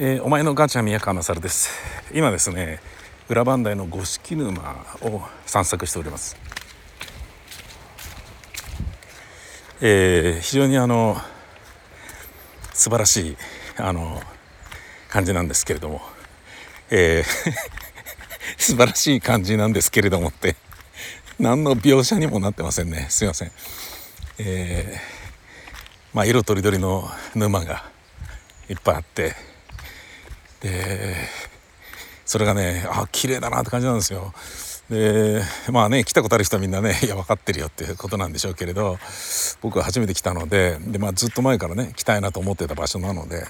お前のガチャ宮川勝です。今ですね、裏磐梯の五色沼を散策しております。非常に素晴らしい感じなんですけれども、素晴らしい感じなんですけれどもって何の描写にもなってませんね。すいません。色とりどりの沼がいっぱいあって、でそれがね、綺麗だなって感じなんですよ。で来たことある人はみんなね、いや分かってるよっていうことなんでしょうけれど、僕は初めて来たので、ずっと前からね来たいなと思ってた場所なので、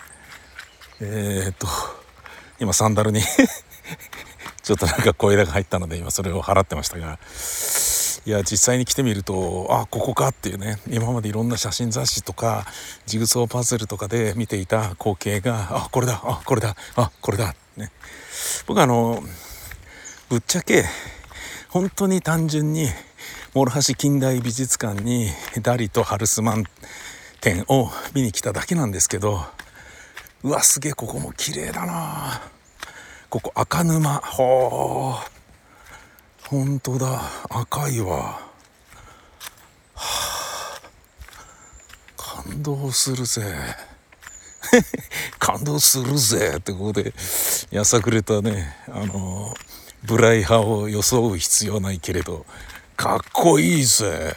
今サンダルにちょっと小枝が入ったので今それを払ってましたが、いや実際に来てみるとここかっていうね、今までいろんな写真雑誌とかジグソーパズルとかで見ていた光景がこれだこれだこれだね。僕ぶっちゃけ本当に単純に諸橋近代美術館にダリとハルスマン展を見に来ただけなんですけど、うわすげえここも綺麗だな。ここ赤沼、本当だ赤いわ、感動するぜ感動するぜってここでやさぐれたね、ブライ派を装う必要ないけれどかっこいいぜ。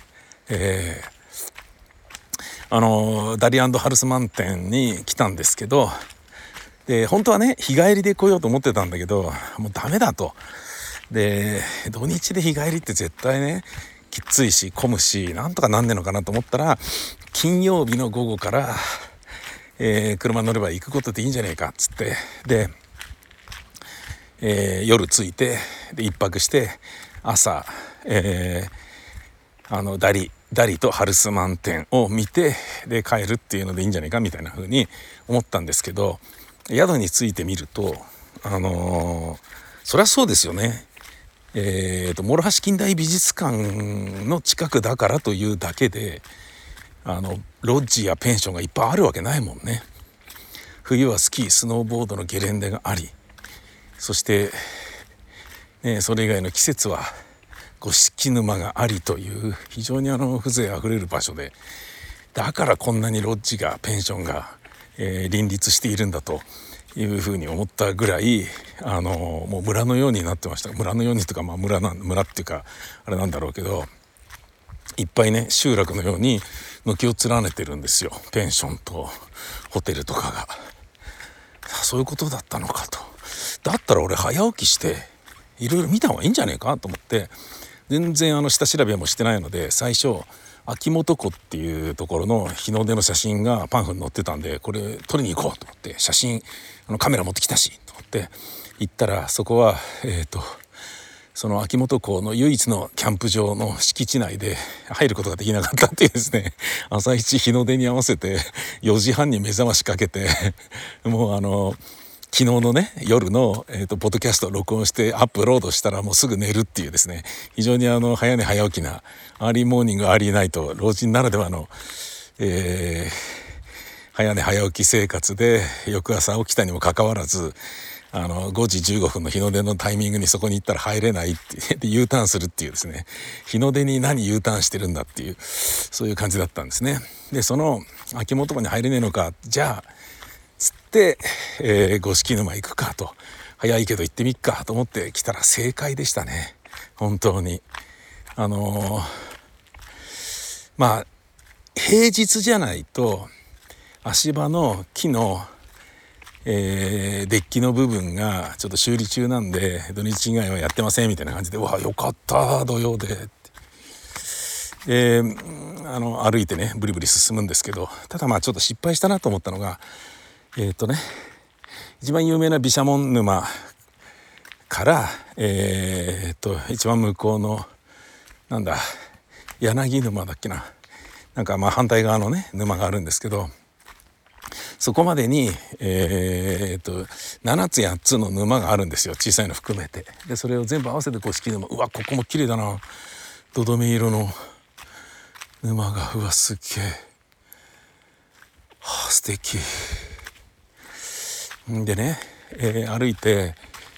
ダリ&ハルスマン店に来たんですけど、で本当はね日帰りで来ようと思ってたんだけど、もうダメだと。で土日で日帰りって絶対ねきついし混むし、なんとかなんねえのかなと思ったら、金曜日の午後から、車乗れば行くことでいいんじゃねえかっつって、で、夜着いてで一泊して朝、ダリとハルスマン展を見てで帰るっていうのでいいんじゃないかみたいな風に思ったんですけど、宿に着いてみるとそりゃそうですよね。諸橋近代美術館の近くだからというだけでロッジやペンションがいっぱいあるわけないもんね。冬はスキースノーボードのゲレンデがあり、そして、それ以外の季節は五色沼がありという非常に風情あふれる場所で、だからこんなにロッジがペンションが、林立しているんだというふうに思ったぐらいもう村のようになってました。村のようにというか、村っていうかあれなんだろうけど、いっぱいね集落のように軒を連ねてるんですよ、ペンションとホテルとかが。そういうことだったのかと。だったら俺早起きしていろいろ見た方がいいんじゃねえかと思って、全然下調べもしてないので、最初秋元湖っていうところの日の出の写真がパンフに載ってたんで、これ撮りに行こうと思って写真カメラ持ってきたしと思って行ったら、そこはその秋元湖の唯一のキャンプ場の敷地内で入ることができなかったっていうですね、朝一日の出に合わせて4時半に目覚ましかけてもう昨日のね夜の、ポッドキャストを録音してアップロードしたらもうすぐ寝るっていうですね、非常に早寝早起きなアーリーモーニングアーリーナイト、老人ならではの、早寝早起き生活で翌朝起きたにもかかわらず5時15分の日の出のタイミングにそこに行ったら入れないってで U ターンするっていうですね、日の出に何 U ターンしてるんだっていう、そういう感じだったんですね。でその秋元湖に入れねえのか、じゃあつって、五色沼行くかと、早いけど行ってみっかと思って来たら正解でしたね。本当に平日じゃないと足場の木のデッキの部分がちょっと修理中なんで土日以外はやってませんみたいな感じで、わよかった土曜で歩いてねブリブリ進むんですけど、ただちょっと失敗したなと思ったのが、一番有名な毘沙門沼から、一番向こうの柳沼だっけな、反対側のね沼があるんですけど、そこまでに、7つ8つの沼があるんですよ、小さいの含めて。でそれを全部合わせて五色沼、うわここも綺麗だな、どどめ色の沼が、うわすっげえ、素敵。 でね、歩いて、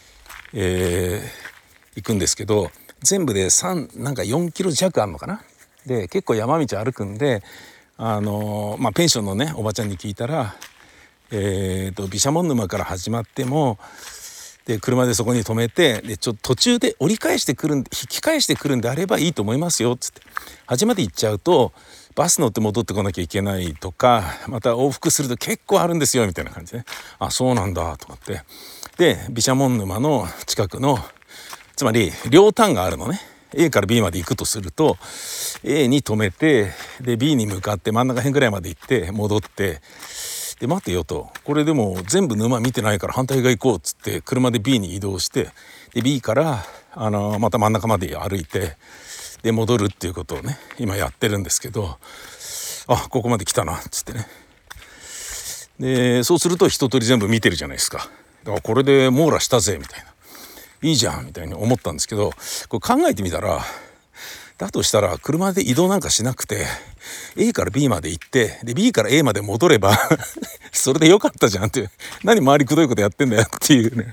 行くんですけど、全部でなんか4キロ弱あるのかな。で結構山道歩くんで、ペンションのねおばちゃんに聞いたら、毘沙門沼から始まってもで車でそこに止めて、でちょっと途中で折り返してくるんで引き返してくるんであればいいと思いますよっつって、端まで行っちゃうとバス乗って戻ってこなきゃいけないとか、また往復すると結構あるんですよみたいな感じで、あそうなんだと思って、で毘沙門沼の近くの、つまり両端があるのね。 A から B まで行くとすると A に止めて、で B に向かって真ん中辺ぐらいまで行って戻って、で待てよと、これでも全部沼見てないから反対側行こうっつって車で B に移動して、で B からまた真ん中まで歩いて、で戻るっていうことをね今やってるんですけど、あここまで来たなっつってね。でそうすると一通り全部見てるじゃないですか。だからこれで網羅したぜみたいな、いいじゃんみたいに思ったんですけど、これ考えてみたら、だとしたら車で移動なんかしなくて A から B まで行って、で B から A まで戻ればそれでよかったじゃんって、何周りくどいことやってんだよっていうね、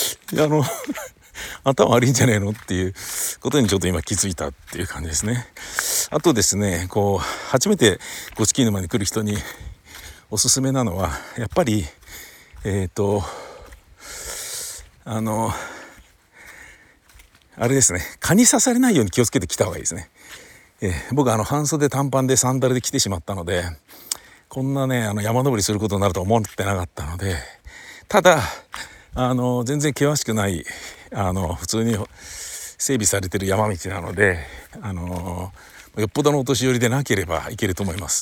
頭悪いんじゃねえのっていうことにちょっと今気づいたっていう感じですね。あとですね、こう初めて五色沼に来る人におすすめなのはやっぱりあれですね、蚊に刺されないように気をつけて来た方がいいですね。僕半袖短パンでサンダルで来てしまったので、こんなね山登りすることになると思ってなかったので、ただ全然険しくない普通に整備されてる山道なので、よっぽどのお年寄りでなければ行けると思います。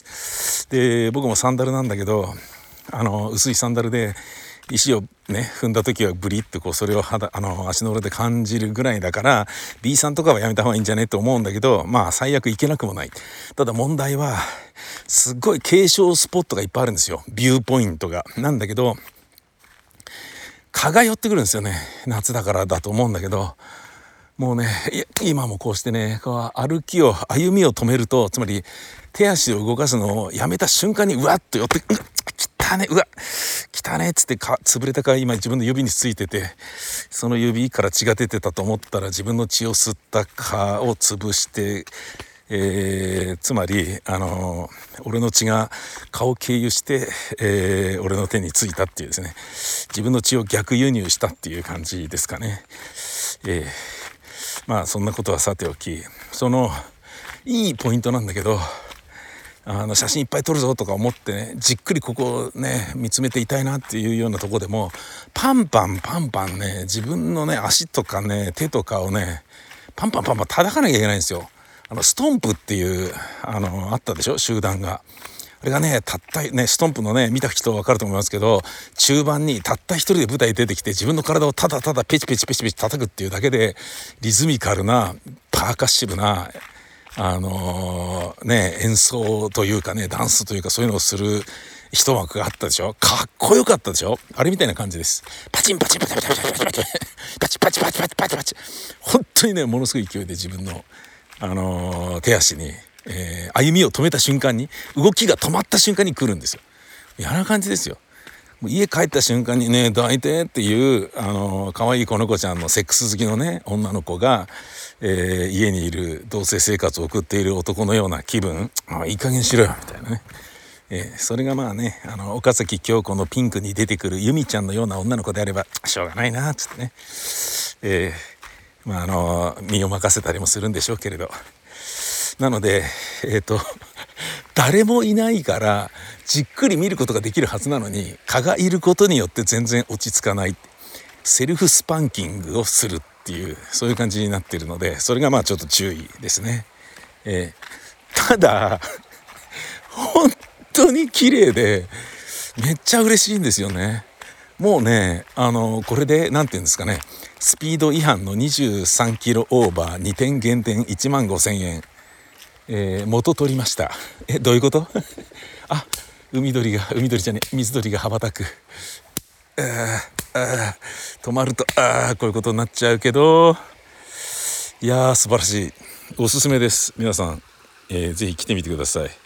で僕もサンダルなんだけど、薄いサンダルで石をね踏んだ時はブリッとこうそれを足の裏で感じるぐらいだから B さんとかはやめた方がいいんじゃねと思うんだけど、まあ最悪行けなくもない。ただ問題はすっごい景勝スポットがいっぱいあるんですよ、ビューポイントが。なんだけど蚊が寄ってくるんですよね。夏だからだと思うんだけど、もうね今もこうしてねこう歩みを止めると、つまり手足を動かすのをやめた瞬間にうわっと寄って汚ねっつって潰れた蚊今自分の指についてて、その指から血が出てたと思ったら自分の血を吸った蚊を潰して、つまり俺の血が蚊を経由して、俺の手についたっていうですね、自分の血を逆輸入したっていう感じですかね。まあそんなことはさておき、そのいいポイントなんだけど、写真いっぱい撮るぞとか思ってねじっくりここをね見つめていたいなっていうようなとこでもパンパンね自分のね足とかね手とかをねパンパン叩かなきゃいけないんですよ。ストンプっていうあったでしょ集団が。あれがねたったねストンプのね見た人は分かると思いますけど、中盤にたった一人で舞台に出てきて自分の体をただペチペチ叩くっていうだけでリズミカルなパーカッシブな演奏というかねダンスというかそういうのをする一幕があったでしょ。かっこよかったでしょ。あれみたいな感じです。パチンパチンパチンパチンパチンパチンパチンパチパチパチパチパチパチ、本当にねものすごい勢いで自分の手足に、歩みを止めた瞬間に動きが止まった瞬間に来るんですよ。あんな感じですよ。もう家帰った瞬間にね抱いてっていう可愛い子猫ちゃんのセックス好きのね女の子が、家にいる同棲生活を送っている男のような気分、いい加減しろよみたいなね、それがまあね岡崎京子のピンクに出てくる由美ちゃんのような女の子であればしょうがないなっつってね、身を任せたりもするんでしょうけれど、なので誰もいないからじっくり見ることができるはずなのに蚊がいることによって全然落ち着かない、セルフスパンキングをするっていうそういう感じになっているので、それがまあちょっと注意ですね。ただ本当に綺麗でめっちゃ嬉しいんですよね。もうねこれでなんていうんですかね、スピード違反の23キロオーバー2点減点15,000円、元取りました。どういうこと水鳥じゃね水鳥が羽ばたく。止まるとこういうことになっちゃうけど、いやー素晴らしい、おすすめです。皆さん、ぜひ来てみてください。